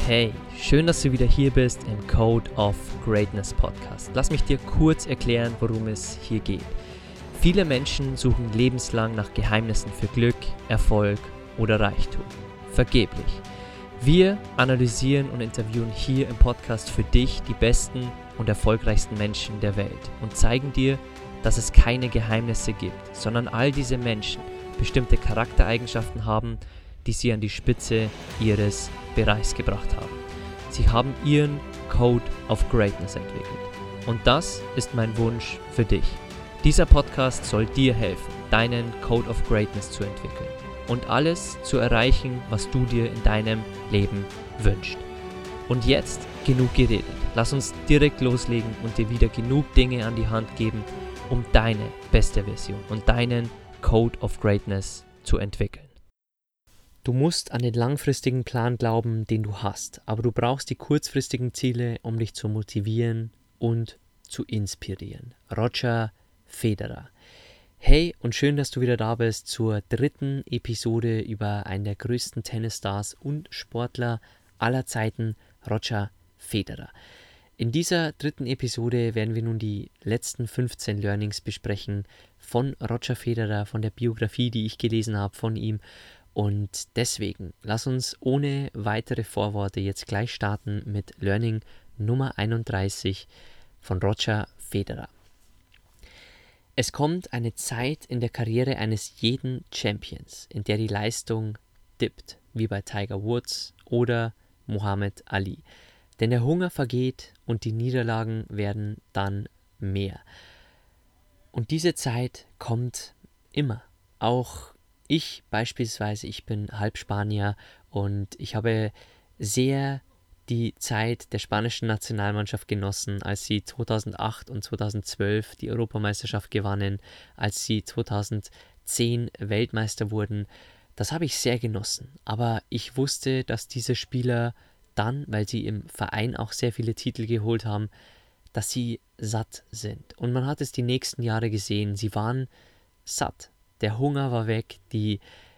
Hey, schön, dass du wieder hier bist im Code of Greatness Podcast. Lass mich dir kurz erklären, worum es hier geht. Viele Menschen suchen lebenslang nach Geheimnissen für Glück, Erfolg oder Reichtum. Vergeblich. Wir analysieren und interviewen hier im Podcast für dich die besten und erfolgreichsten Menschen der Welt und zeigen dir, dass es keine Geheimnisse gibt, sondern all diese Menschen bestimmte Charaktereigenschaften haben, die sie an die Spitze ihres Bereichs gebracht haben. Sie haben ihren Code of Greatness entwickelt. Und das ist mein Wunsch für dich. Dieser Podcast soll dir helfen, deinen Code of Greatness zu entwickeln und alles zu erreichen, was du dir in deinem Leben wünschst. Und jetzt genug geredet. Lass uns direkt loslegen und dir wieder genug Dinge an die Hand geben, um deine beste Version und deinen Code of Greatness zu entwickeln. Du musst an den langfristigen Plan glauben, den du hast, aber du brauchst die kurzfristigen Ziele, um dich zu motivieren und zu inspirieren. Roger Federer. Hey und schön, dass du wieder da bist zur dritten Episode über einen der größten Tennisstars und Sportler aller Zeiten, Roger Federer. In dieser dritten Episode werden wir nun die letzten 15 Learnings besprechen von Roger Federer, von der Biografie, die ich gelesen habe von ihm. Und deswegen, lass uns ohne weitere Vorworte jetzt gleich starten mit Learning Nummer 31 von Roger Federer. Es kommt eine Zeit in der Karriere eines jeden Champions, in der die Leistung dippt, wie bei Tiger Woods oder Muhammad Ali. Denn der Hunger vergeht und die Niederlagen werden dann mehr. Und diese Zeit kommt immer, auch ich beispielsweise, ich bin halb Spanier und ich habe sehr die Zeit der spanischen Nationalmannschaft genossen, als sie 2008 und 2012 die Europameisterschaft gewannen, als sie 2010 Weltmeister wurden. Das habe ich sehr genossen, aber ich wusste, dass diese Spieler dann, weil sie im Verein auch sehr viele Titel geholt haben, dass sie satt sind. Und man hat es die nächsten Jahre gesehen, sie waren satt. Der Hunger war weg, die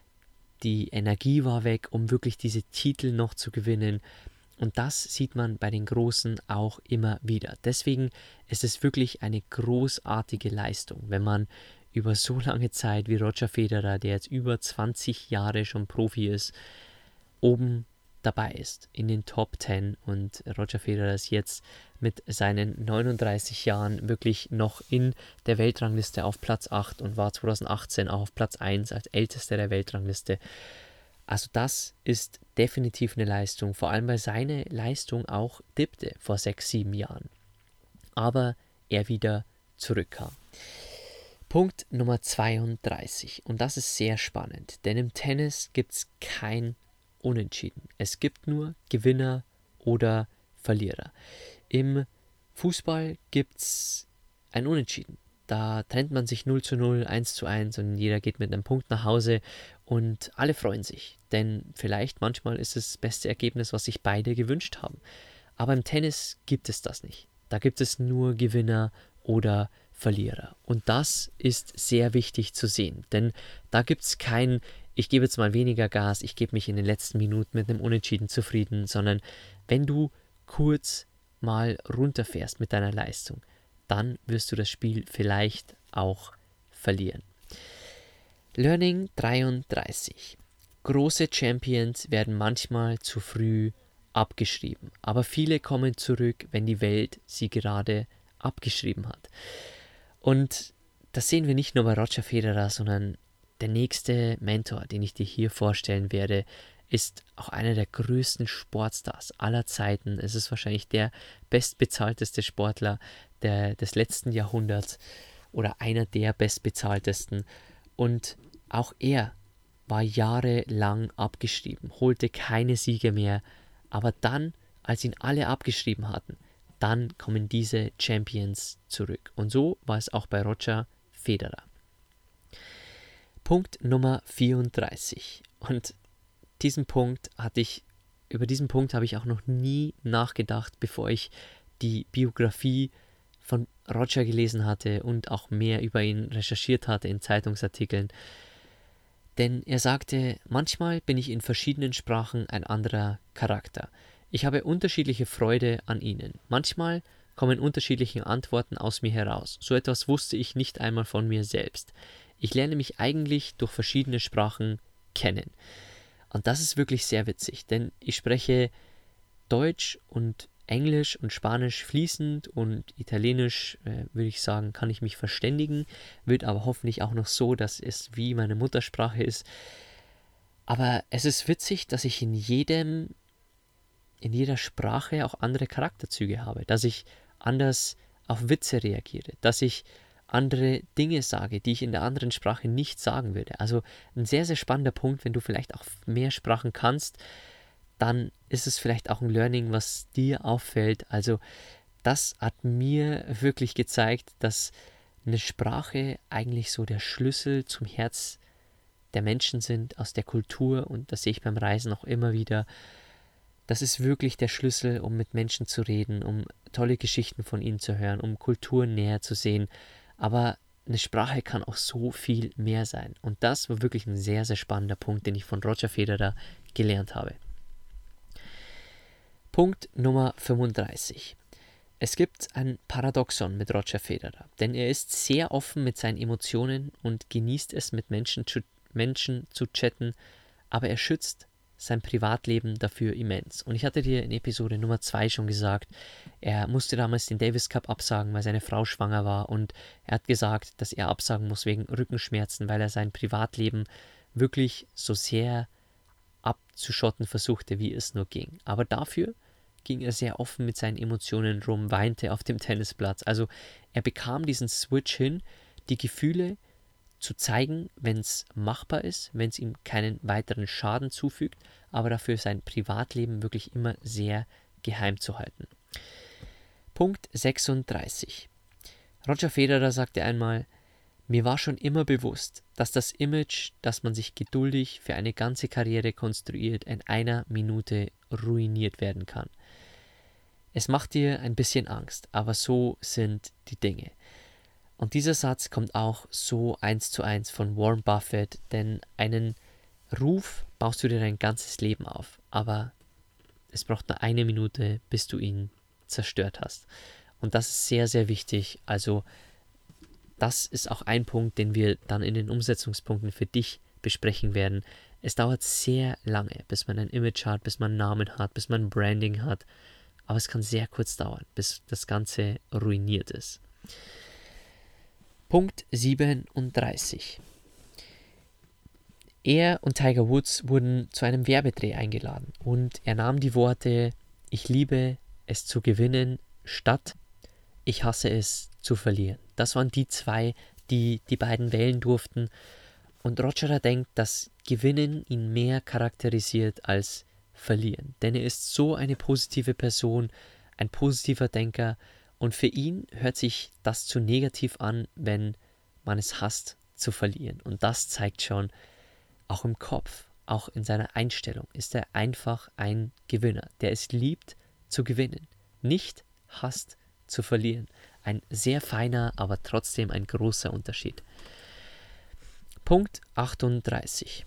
Energie war weg, um wirklich diese Titel noch zu gewinnen. Und das sieht man bei den Großen auch immer wieder. Deswegen ist es wirklich eine großartige Leistung, wenn man über so lange Zeit wie Roger Federer, der jetzt über 20 Jahre schon Profi ist, oben dabei ist, in den Top 10. Und Roger Federer ist jetzt mit seinen 39 Jahren wirklich noch in der Weltrangliste auf Platz 8 und war 2018 auch auf Platz 1 als ältester der Weltrangliste. Also das ist definitiv eine Leistung, vor allem weil seine Leistung auch dippte vor 6, 7 Jahren. Aber er wieder zurückkam. Punkt Nummer 32 und das ist sehr spannend, denn im Tennis gibt es kein Unentschieden. Es gibt nur Gewinner oder Verlierer. Im Fußball gibt es ein Unentschieden. Da trennt man sich 0:0, 1:1 und jeder geht mit einem Punkt nach Hause und alle freuen sich. Denn vielleicht manchmal ist es das beste Ergebnis, was sich beide gewünscht haben. Aber im Tennis gibt es das nicht. Da gibt es nur Gewinner oder Verlierer. Und das ist sehr wichtig zu sehen. Denn da gibt es kein ich gebe jetzt mal weniger Gas, ich gebe mich in den letzten Minuten mit einem Unentschieden zufrieden, sondern wenn du kurz mal runterfährst mit deiner Leistung, dann wirst du das Spiel vielleicht auch verlieren. Learning 33. Große Champions werden manchmal zu früh abgeschrieben, aber viele kommen zurück, wenn die Welt sie gerade abgeschrieben hat. Und das sehen wir nicht nur bei Roger Federer, sondern der nächste Mentor, den ich dir hier vorstellen werde, ist auch einer der größten Sportstars aller Zeiten. Es ist wahrscheinlich der bestbezahlteste Sportler des letzten Jahrhunderts oder einer der bestbezahltesten. Und auch er war jahrelang abgeschrieben, holte keine Siege mehr. Aber dann, als ihn alle abgeschrieben hatten, dann kommen diese Champions zurück. Und so war es auch bei Roger Federer. Punkt Nummer 34. Und über diesen Punkt habe ich auch noch nie nachgedacht, bevor ich die Biografie von Roger gelesen hatte und auch mehr über ihn recherchiert hatte in Zeitungsartikeln. Denn er sagte, manchmal bin ich in verschiedenen Sprachen ein anderer Charakter. Ich habe unterschiedliche Freude an ihnen. Manchmal kommen unterschiedliche Antworten aus mir heraus. So etwas wusste ich nicht einmal von mir selbst. Ich lerne mich eigentlich durch verschiedene Sprachen kennen. Und das ist wirklich sehr witzig, denn ich spreche Deutsch und Englisch und Spanisch fließend und Italienisch, würde ich sagen, kann ich mich verständigen, wird aber hoffentlich auch noch so, dass es wie meine Muttersprache ist. Aber es ist witzig, dass ich in jeder Sprache auch andere Charakterzüge habe, dass ich anders auf Witze reagiere, dass ich andere Dinge sage, die ich in der anderen Sprache nicht sagen würde. Also ein sehr, sehr spannender Punkt, wenn du vielleicht auch mehr Sprachen kannst, dann ist es vielleicht auch ein Learning, was dir auffällt. Also das hat mir wirklich gezeigt, dass eine Sprache eigentlich so der Schlüssel zum Herz der Menschen sind, aus der Kultur, und das sehe ich beim Reisen auch immer wieder. Das ist wirklich der Schlüssel, um mit Menschen zu reden, um tolle Geschichten von ihnen zu hören, um Kulturen näher zu sehen. Aber eine Sprache kann auch so viel mehr sein. Und das war wirklich ein sehr, sehr spannender Punkt, den ich von Roger Federer gelernt habe. Punkt Nummer 35. Es gibt ein Paradoxon mit Roger Federer, denn er ist sehr offen mit seinen Emotionen und genießt es, mit Menschen zu chatten, aber er schützt sein Privatleben dafür immens. Und ich hatte dir in Episode Nummer 2 schon gesagt, er musste damals den Davis Cup absagen, weil seine Frau schwanger war, und er hat gesagt, dass er absagen muss wegen Rückenschmerzen, weil er sein Privatleben wirklich so sehr abzuschotten versuchte, wie es nur ging. Aber dafür ging er sehr offen mit seinen Emotionen rum, weinte auf dem Tennisplatz. Also er bekam diesen Switch hin, die Gefühle zu zeigen, wenn es machbar ist, wenn es ihm keinen weiteren Schaden zufügt, aber dafür sein Privatleben wirklich immer sehr geheim zu halten. Punkt 36. Roger Federer sagte einmal: Mir war schon immer bewusst, dass das Image, das man sich geduldig für eine ganze Karriere konstruiert, in einer Minute ruiniert werden kann. Es macht dir ein bisschen Angst, aber so sind die Dinge. Und dieser Satz kommt auch so 1:1 von Warren Buffett, denn einen Ruf baust du dir dein ganzes Leben auf, aber es braucht nur eine Minute, bis du ihn zerstört hast. Und das ist sehr, sehr wichtig. Also das ist auch ein Punkt, den wir dann in den Umsetzungspunkten für dich besprechen werden. Es dauert sehr lange, bis man ein Image hat, bis man einen Namen hat, bis man ein Branding hat. Aber es kann sehr kurz dauern, bis das Ganze ruiniert ist. Punkt 37. Er und Tiger Woods wurden zu einem Werbedreh eingeladen und er nahm die Worte: Ich liebe es zu gewinnen statt ich hasse es zu verlieren. Das waren die zwei, die beiden wählen durften. Und Roger denkt, dass Gewinnen ihn mehr charakterisiert als Verlieren. Denn er ist so eine positive Person, ein positiver Denker. Und für ihn hört sich das zu negativ an, wenn man es hasst zu verlieren. Und das zeigt schon, auch im Kopf, auch in seiner Einstellung, ist er einfach ein Gewinner, der es liebt zu gewinnen, nicht hasst zu verlieren. Ein sehr feiner, aber trotzdem ein großer Unterschied. Punkt 38.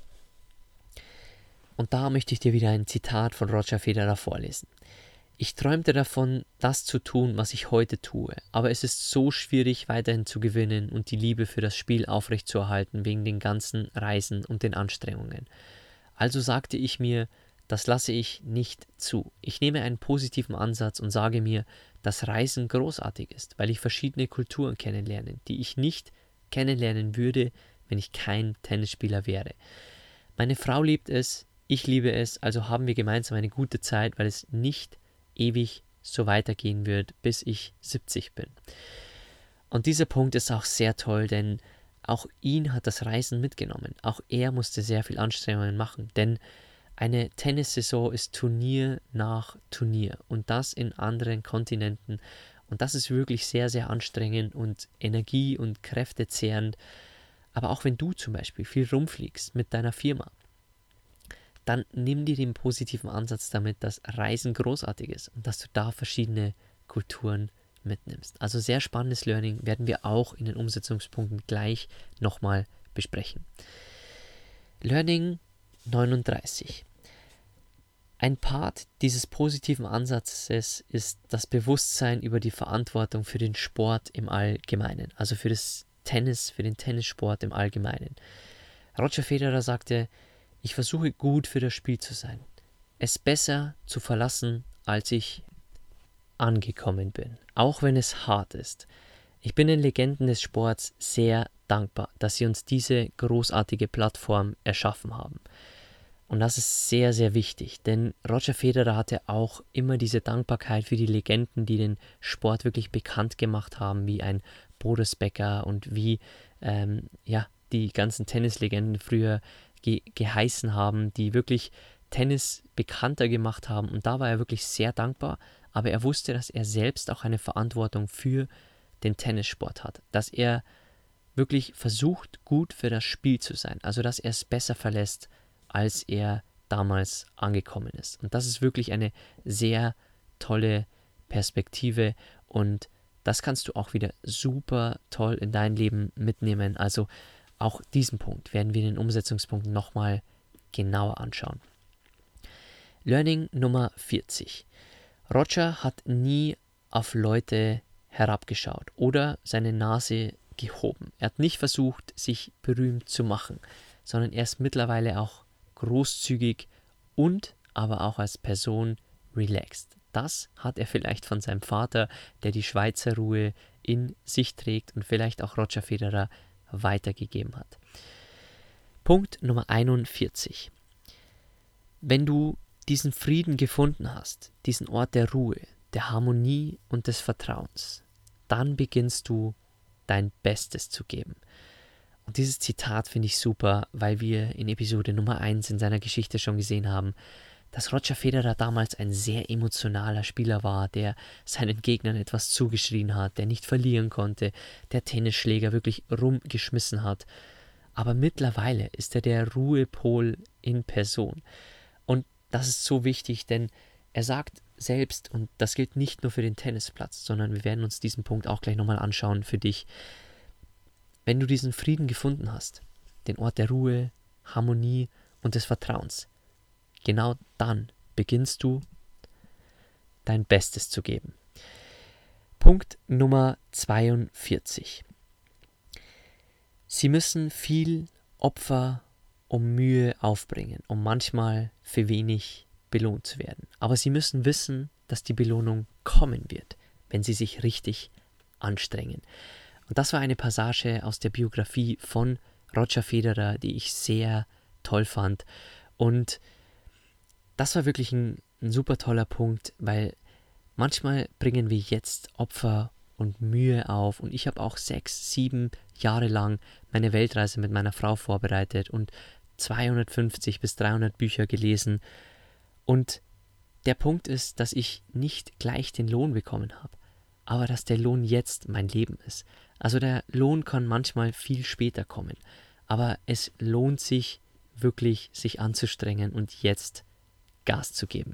Und da möchte ich dir wieder ein Zitat von Roger Federer vorlesen. Ich träumte davon, das zu tun, was ich heute tue, aber es ist so schwierig, weiterhin zu gewinnen und die Liebe für das Spiel aufrechtzuerhalten wegen den ganzen Reisen und den Anstrengungen. Also sagte ich mir, das lasse ich nicht zu. Ich nehme einen positiven Ansatz und sage mir, dass Reisen großartig ist, weil ich verschiedene Kulturen kennenlerne, die ich nicht kennenlernen würde, wenn ich kein Tennisspieler wäre. Meine Frau liebt es, ich liebe es, also haben wir gemeinsam eine gute Zeit, weil es nicht ewig so weitergehen wird, bis ich 70 bin. Und dieser Punkt ist auch sehr toll, denn auch ihn hat das Reisen mitgenommen. Auch er musste sehr viel Anstrengungen machen, denn eine Tennissaison ist Turnier nach Turnier und das in anderen Kontinenten. Und das ist wirklich sehr, sehr anstrengend und energie- und kräftezehrend. Aber auch wenn du zum Beispiel viel rumfliegst mit deiner Firma, dann nimm dir den positiven Ansatz damit, dass Reisen großartig ist und dass du da verschiedene Kulturen mitnimmst. Also sehr spannendes Learning, werden wir auch in den Umsetzungspunkten gleich nochmal besprechen. Learning 39. Ein Part dieses positiven Ansatzes ist das Bewusstsein über die Verantwortung für den Sport im Allgemeinen, also für das Tennis, für den Tennissport im Allgemeinen. Roger Federer sagte, ich versuche gut für das Spiel zu sein, es besser zu verlassen, als ich angekommen bin, auch wenn es hart ist. Ich bin den Legenden des Sports sehr dankbar, dass sie uns diese großartige Plattform erschaffen haben. Und das ist sehr, sehr wichtig, denn Roger Federer hatte auch immer diese Dankbarkeit für die Legenden, die den Sport wirklich bekannt gemacht haben, wie ein Boris Becker und wie die ganzen Tennislegenden früher geheißen haben, die wirklich Tennis bekannter gemacht haben. Und da war er wirklich sehr dankbar, aber er wusste, dass er selbst auch eine Verantwortung für den Tennissport hat, dass er wirklich versucht, gut für das Spiel zu sein, also dass er es besser verlässt, als er damals angekommen ist. Und das ist wirklich eine sehr tolle Perspektive und das kannst du auch wieder super toll in dein Leben mitnehmen. Also auch diesen Punkt werden wir in den Umsetzungspunkten nochmal genauer anschauen. Learning Nummer 40. Roger hat nie auf Leute herabgeschaut oder seine Nase gehoben. Er hat nicht versucht, sich berühmt zu machen, sondern er ist mittlerweile auch großzügig und aber auch als Person relaxed. Das hat er vielleicht von seinem Vater, der die Schweizer Ruhe in sich trägt und vielleicht auch Roger Federer weitergegeben hat. Punkt Nummer 41. Wenn du diesen Frieden gefunden hast, diesen Ort der Ruhe, der Harmonie und des Vertrauens, dann beginnst du dein Bestes zu geben. Und dieses Zitat finde ich super, weil wir in Episode Nummer 1 in seiner Geschichte schon gesehen haben, dass Roger Federer damals ein sehr emotionaler Spieler war, der seinen Gegnern etwas zugeschrien hat, der nicht verlieren konnte, der Tennisschläger wirklich rumgeschmissen hat. Aber mittlerweile ist er der Ruhepol in Person. Und das ist so wichtig, denn er sagt selbst, und das gilt nicht nur für den Tennisplatz, sondern wir werden uns diesen Punkt auch gleich nochmal anschauen für dich. Wenn du diesen Frieden gefunden hast, den Ort der Ruhe, Harmonie und des Vertrauens, genau dann beginnst du dein Bestes zu geben. Punkt Nummer 42. Sie müssen viel Opfer und Mühe aufbringen, um manchmal für wenig belohnt zu werden. Aber sie müssen wissen, dass die Belohnung kommen wird, wenn sie sich richtig anstrengen. Und das war eine Passage aus der Biografie von Roger Federer, die ich sehr toll fand. Und das war wirklich ein super toller Punkt, weil manchmal bringen wir jetzt Opfer und Mühe auf. Und ich habe auch 6, 7 Jahre lang meine Weltreise mit meiner Frau vorbereitet und 250 bis 300 Bücher gelesen. Und der Punkt ist, dass ich nicht gleich den Lohn bekommen habe, aber dass der Lohn jetzt mein Leben ist. Also der Lohn kann manchmal viel später kommen, aber es lohnt sich wirklich, sich anzustrengen und jetzt Gas zu geben.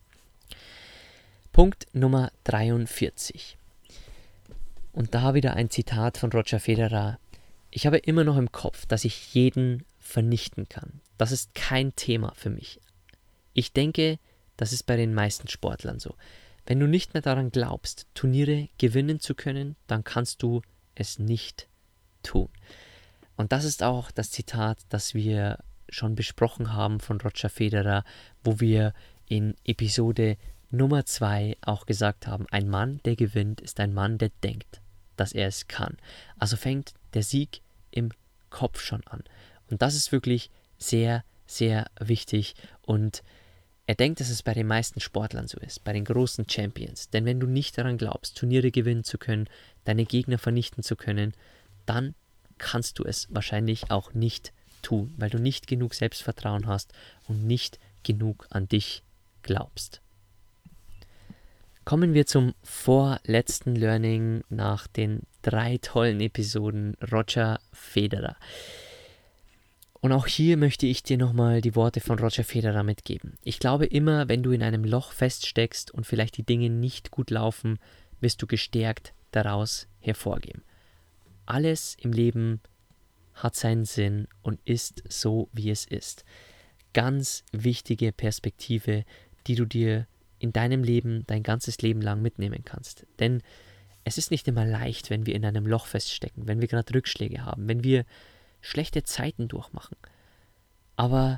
Punkt Nummer 43. Und da wieder ein Zitat von Roger Federer. Ich habe immer noch im Kopf, dass ich jeden vernichten kann. Das ist kein Thema für mich. Ich denke, das ist bei den meisten Sportlern so. Wenn du nicht mehr daran glaubst, Turniere gewinnen zu können, dann kannst du es nicht tun. Und das ist auch das Zitat, das wir schon besprochen haben von Roger Federer, wo wir in Episode Nummer 2 auch gesagt haben, ein Mann, der gewinnt, ist ein Mann, der denkt, dass er es kann. Also fängt der Sieg im Kopf schon an. Und das ist wirklich sehr, sehr wichtig. Und er denkt, dass es bei den meisten Sportlern so ist, bei den großen Champions. Denn wenn du nicht daran glaubst, Turniere gewinnen zu können, deine Gegner vernichten zu können, dann kannst du es wahrscheinlich auch nicht tun, weil du nicht genug Selbstvertrauen hast und nicht genug an dich glaubst. Kommen wir zum vorletzten Learning nach den 3 tollen Episoden Roger Federer. Und auch hier möchte ich dir nochmal die Worte von Roger Federer mitgeben. Ich glaube immer, wenn du in einem Loch feststeckst und vielleicht die Dinge nicht gut laufen, wirst du gestärkt daraus hervorgehen. Alles im Leben hat seinen Sinn und ist so, wie es ist. Ganz wichtige Perspektive, die du dir in deinem Leben dein ganzes Leben lang mitnehmen kannst. Denn es ist nicht immer leicht, wenn wir in einem Loch feststecken, wenn wir gerade Rückschläge haben, wenn wir schlechte Zeiten durchmachen. Aber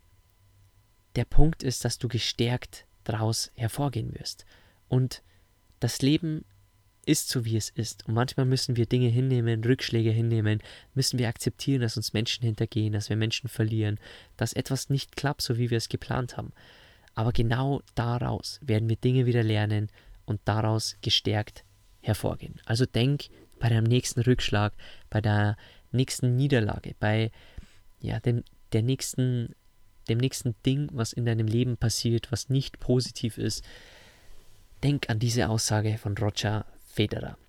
der Punkt ist, dass du gestärkt daraus hervorgehen wirst. Und das Leben ist so, wie es ist. Und manchmal müssen wir Dinge hinnehmen, Rückschläge hinnehmen, müssen wir akzeptieren, dass uns Menschen hintergehen, dass wir Menschen verlieren, dass etwas nicht klappt, so wie wir es geplant haben. Aber genau daraus werden wir Dinge wieder lernen und daraus gestärkt hervorgehen. Also denk bei deinem nächsten Rückschlag, bei der nächsten Niederlage, bei dem nächsten Ding, was in deinem Leben passiert, was nicht positiv ist, denk an diese Aussage von Roger Federer.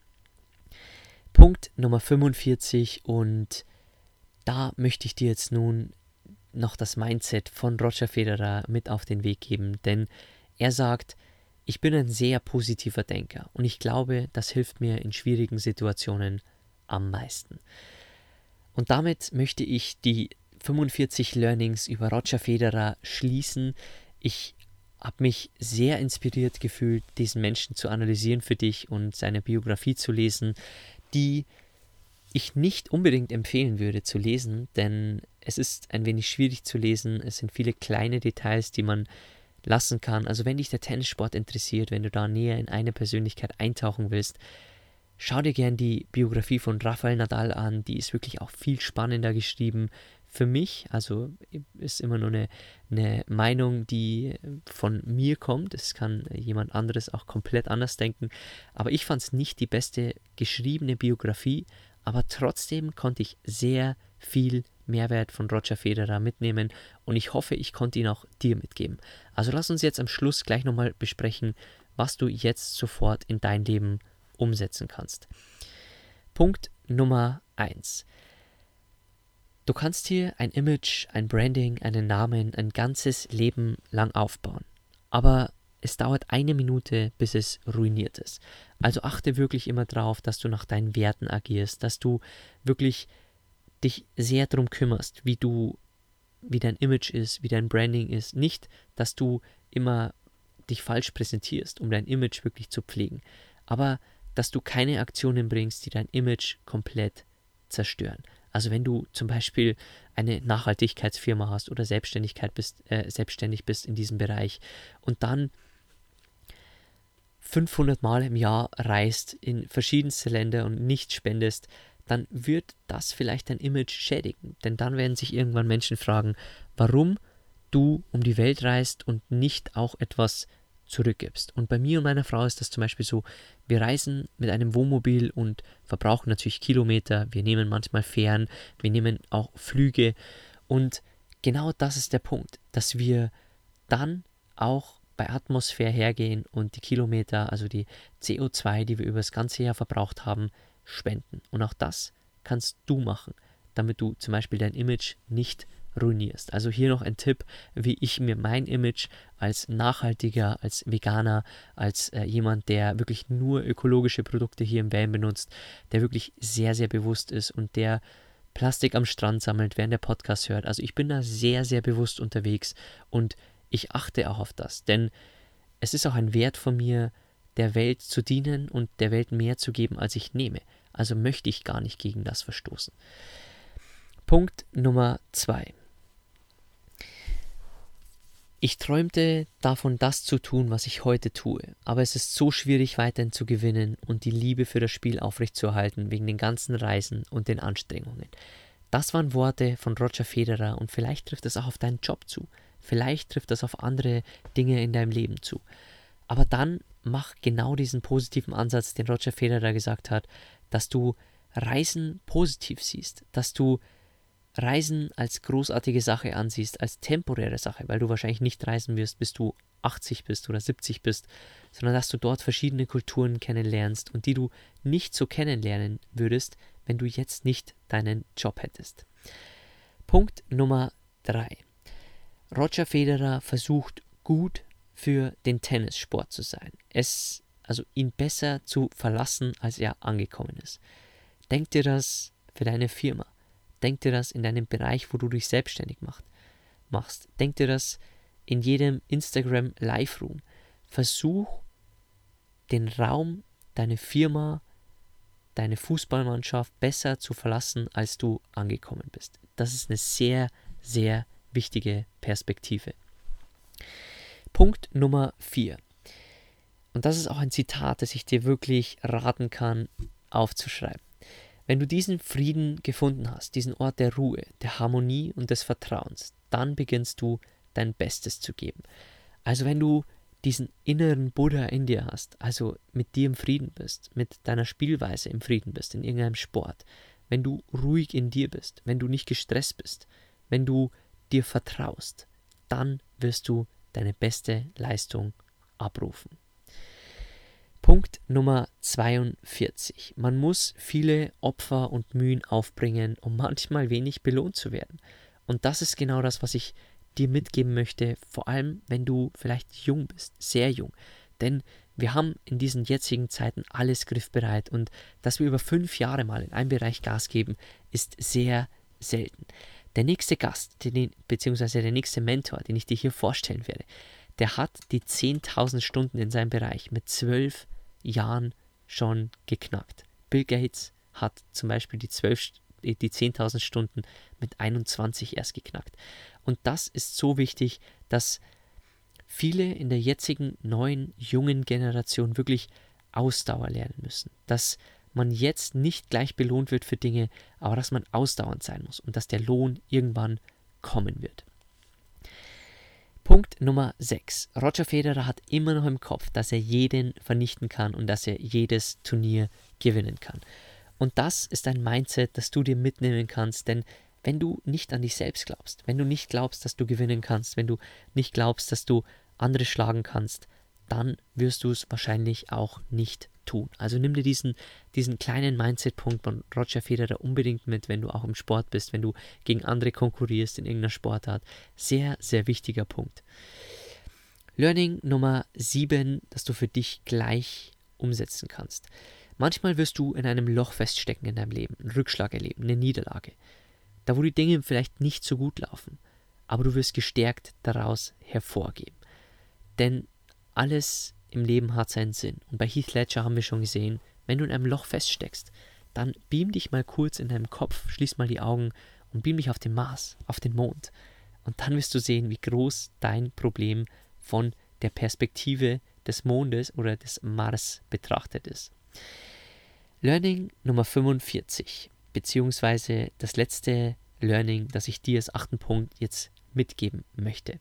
Punkt Nummer 45, und da möchte ich dir jetzt nun noch das Mindset von Roger Federer mit auf den Weg geben, denn er sagt, ich bin ein sehr positiver Denker und ich glaube, das hilft mir in schwierigen Situationen am meisten. Und damit möchte ich die 45 Learnings über Roger Federer schließen. Ich habe mich sehr inspiriert gefühlt, diesen Menschen zu analysieren für dich und seine Biografie zu lesen, die ich nicht unbedingt empfehlen würde zu lesen, denn es ist ein wenig schwierig zu lesen. Es sind viele kleine Details, die man lassen kann. Also wenn dich der Tennissport interessiert, wenn du da näher in eine Persönlichkeit eintauchen willst, schau dir gern die Biografie von Rafael Nadal an. Die ist wirklich auch viel spannender geschrieben. Für mich, also ist immer nur eine Meinung, die von mir kommt. Es kann jemand anderes auch komplett anders denken. Aber ich fand es nicht die beste geschriebene Biografie, aber trotzdem konnte ich sehr viel Mehrwert von Roger Federer mitnehmen und ich hoffe, ich konnte ihn auch dir mitgeben. Also lass uns jetzt am Schluss gleich nochmal besprechen, was du jetzt sofort in dein Leben umsetzen kannst. Punkt Nummer 1. Du kannst hier ein Image, ein Branding, einen Namen ein ganzes Leben lang aufbauen. Aber es dauert 1 Minute, bis es ruiniert ist. Also achte wirklich immer drauf, dass du nach deinen Werten agierst, dass du wirklich dich sehr darum kümmerst, wie dein Image ist, wie dein Branding ist. Nicht, dass du immer dich falsch präsentierst, um dein Image wirklich zu pflegen, aber dass du keine Aktionen bringst, die dein Image komplett zerstören. Also wenn du zum Beispiel eine Nachhaltigkeitsfirma hast oder selbstständig bist in diesem Bereich und dann 500 Mal im Jahr reist in verschiedenste Länder und nicht spendest, dann wird das vielleicht dein Image schädigen. Denn dann werden sich irgendwann Menschen fragen, warum du um die Welt reist und nicht auch etwas zurückgibst. Und bei mir und meiner Frau ist das zum Beispiel so, wir reisen mit einem Wohnmobil und verbrauchen natürlich Kilometer, wir nehmen manchmal Fähren, wir nehmen auch Flüge und genau das ist der Punkt, dass wir dann auch bei Atmosphäre hergehen und die Kilometer, also die CO2, die wir über das ganze Jahr verbraucht haben, spenden. Und auch das kannst du machen, damit du zum Beispiel dein Image nicht ruinierst. Also hier noch ein Tipp, wie ich mir mein Image als Nachhaltiger, als Veganer, als jemand, der wirklich nur ökologische Produkte hier im Van benutzt, der wirklich sehr, sehr bewusst ist und der Plastik am Strand sammelt, während der Podcast hört. Also ich bin da sehr, sehr bewusst unterwegs und ich achte auch auf das, denn es ist auch ein Wert von mir, der Welt zu dienen und der Welt mehr zu geben, als ich nehme. Also möchte ich gar nicht gegen das verstoßen. Punkt Nummer 2. Ich träumte davon, das zu tun, was ich heute tue, aber es ist so schwierig, weiterhin zu gewinnen und die Liebe für das Spiel aufrechtzuerhalten wegen den ganzen Reisen und den Anstrengungen. Das waren Worte von Roger Federer und vielleicht trifft das auch auf deinen Job zu. Vielleicht trifft das auf andere Dinge in deinem Leben zu. Aber dann mach genau diesen positiven Ansatz, den Roger Federer gesagt hat, dass du Reisen positiv siehst, dass du Reisen als großartige Sache ansiehst, als temporäre Sache, weil du wahrscheinlich nicht reisen wirst, bis du 80 bist oder 70 bist, sondern dass du dort verschiedene Kulturen kennenlernst und die du nicht so kennenlernen würdest, wenn du jetzt nicht deinen Job hättest. Punkt Nummer 3. Roger Federer versucht gut für den Tennissport zu sein. Also ihn besser zu verlassen, als er angekommen ist. Denk dir das für deine Firma. Denk dir das in deinem Bereich, wo du dich selbstständig machst. Denk dir das in jedem Instagram Live-Room. Versuch, den Raum, deine Firma, deine Fußballmannschaft besser zu verlassen, als du angekommen bist. Das ist eine sehr, sehr wichtige Perspektive. Punkt Nummer 4. Und das ist auch ein Zitat, das ich dir wirklich raten kann, aufzuschreiben. Wenn du diesen Frieden gefunden hast, diesen Ort der Ruhe, der Harmonie und des Vertrauens, dann beginnst du dein Bestes zu geben. Also wenn du diesen inneren Buddha in dir hast, also mit dir im Frieden bist, mit deiner Spielweise im Frieden bist, in irgendeinem Sport, wenn du ruhig in dir bist, wenn du nicht gestresst bist, wenn du dir vertraust, dann wirst du deine beste Leistung abrufen. Punkt Nummer 42. Man muss viele Opfer und Mühen aufbringen, um manchmal wenig belohnt zu werden. Und das ist genau das, was ich dir mitgeben möchte, vor allem wenn du vielleicht jung bist, sehr jung. Denn wir haben in diesen jetzigen Zeiten alles griffbereit und dass wir über 5 Jahre mal in einem Bereich Gas geben, ist sehr selten. Der nächste Gast, beziehungsweise der nächste Mentor, den ich dir hier vorstellen werde, der hat die 10.000 Stunden in seinem Bereich mit 12 Jahren schon geknackt. Bill Gates hat zum Beispiel die 10.000 Stunden mit 21 erst geknackt. Und das ist so wichtig, dass viele in der jetzigen neuen, jungen Generation wirklich Ausdauer lernen müssen. Dass man jetzt nicht gleich belohnt wird für Dinge, aber dass man ausdauernd sein muss und dass der Lohn irgendwann kommen wird. Punkt Nummer 6. Roger Federer hat immer noch im Kopf, dass er jeden vernichten kann und dass er jedes Turnier gewinnen kann. Und das ist ein Mindset, das du dir mitnehmen kannst, denn wenn du nicht an dich selbst glaubst, wenn du nicht glaubst, dass du gewinnen kannst, wenn du nicht glaubst, dass du andere schlagen kannst, dann wirst du es wahrscheinlich auch nicht tun. Also nimm dir diesen kleinen Mindset-Punkt von Roger Federer unbedingt mit, wenn du auch im Sport bist, wenn du gegen andere konkurrierst in irgendeiner Sportart. Sehr, sehr wichtiger Punkt. Learning Nummer 7, das du für dich gleich umsetzen kannst. Manchmal wirst du in einem Loch feststecken in deinem Leben, einen Rückschlag erleben, eine Niederlage. Da, wo die Dinge vielleicht nicht so gut laufen, aber du wirst gestärkt daraus hervorgehen. Denn alles im Leben hat seinen Sinn. Und bei Heath Ledger haben wir schon gesehen, wenn du in einem Loch feststeckst, dann beam dich mal kurz in deinem Kopf, schließ mal die Augen und beam dich auf den Mars, auf den Mond. Und dann wirst du sehen, wie groß dein Problem von der Perspektive des Mondes oder des Mars betrachtet ist. Learning Nummer 45, beziehungsweise das letzte Learning, das ich dir als 8. Punkt jetzt mitgeben möchte.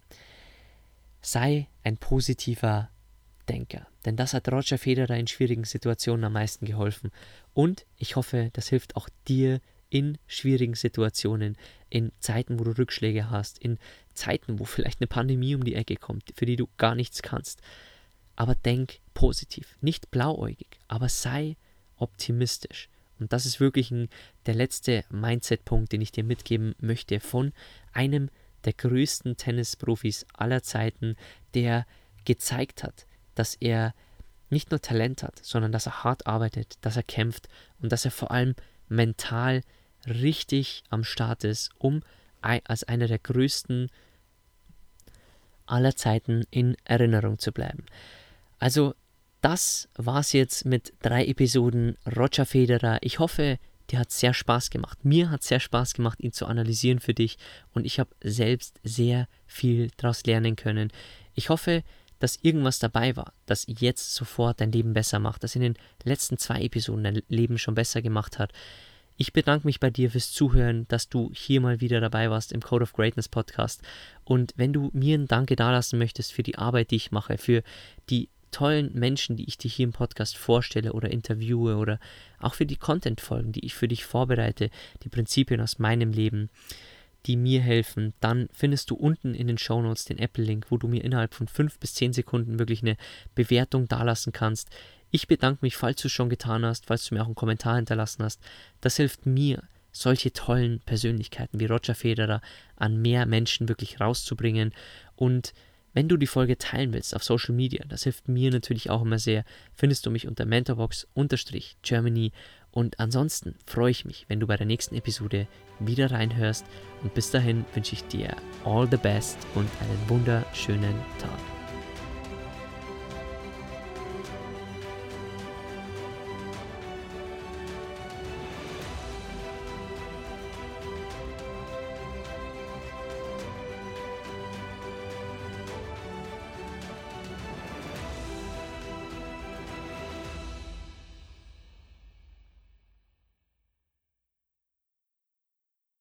Sei ein positiver Denker, denn das hat Roger Federer in schwierigen Situationen am meisten geholfen und ich hoffe, das hilft auch dir in schwierigen Situationen, in Zeiten, wo du Rückschläge hast, in Zeiten, wo vielleicht eine Pandemie um die Ecke kommt, für die du gar nichts kannst. Aber denk positiv, nicht blauäugig, aber sei optimistisch. Und das ist wirklich der letzte Mindset-Punkt, den ich dir mitgeben möchte von einem der größten Tennisprofis aller Zeiten, der gezeigt hat, dass er nicht nur Talent hat, sondern dass er hart arbeitet, dass er kämpft und dass er vor allem mental richtig am Start ist, um als einer der größten aller Zeiten in Erinnerung zu bleiben. Also das war's jetzt mit 3 Episoden Roger Federer. Ich hoffe, dir hat es sehr Spaß gemacht. Mir hat es sehr Spaß gemacht, ihn zu analysieren für dich und ich habe selbst sehr viel daraus lernen können. Ich hoffe, dass irgendwas dabei war, das jetzt sofort dein Leben besser macht, das in den letzten 2 Episoden dein Leben schon besser gemacht hat. Ich bedanke mich bei dir fürs Zuhören, dass du hier mal wieder dabei warst im Code of Greatness Podcast. Und wenn du mir ein Danke dalassen möchtest für die Arbeit, die ich mache, für die tollen Menschen, die ich dir hier im Podcast vorstelle oder interviewe oder auch für die Content-Folgen, die ich für dich vorbereite, die Prinzipien aus meinem Leben, die mir helfen, dann findest du unten in den Shownotes den Apple-Link, wo du mir innerhalb von 5 bis 10 Sekunden wirklich eine Bewertung dalassen kannst. Ich bedanke mich, falls du es schon getan hast, falls du mir auch einen Kommentar hinterlassen hast. Das hilft mir, solche tollen Persönlichkeiten wie Roger Federer an mehr Menschen wirklich rauszubringen. Und wenn du die Folge teilen willst auf Social Media, das hilft mir natürlich auch immer sehr, findest du mich unter mentorbox_Germany Und ansonsten freue ich mich, wenn du bei der nächsten Episode wieder reinhörst. Und bis dahin wünsche ich dir all the best und einen wunderschönen Tag.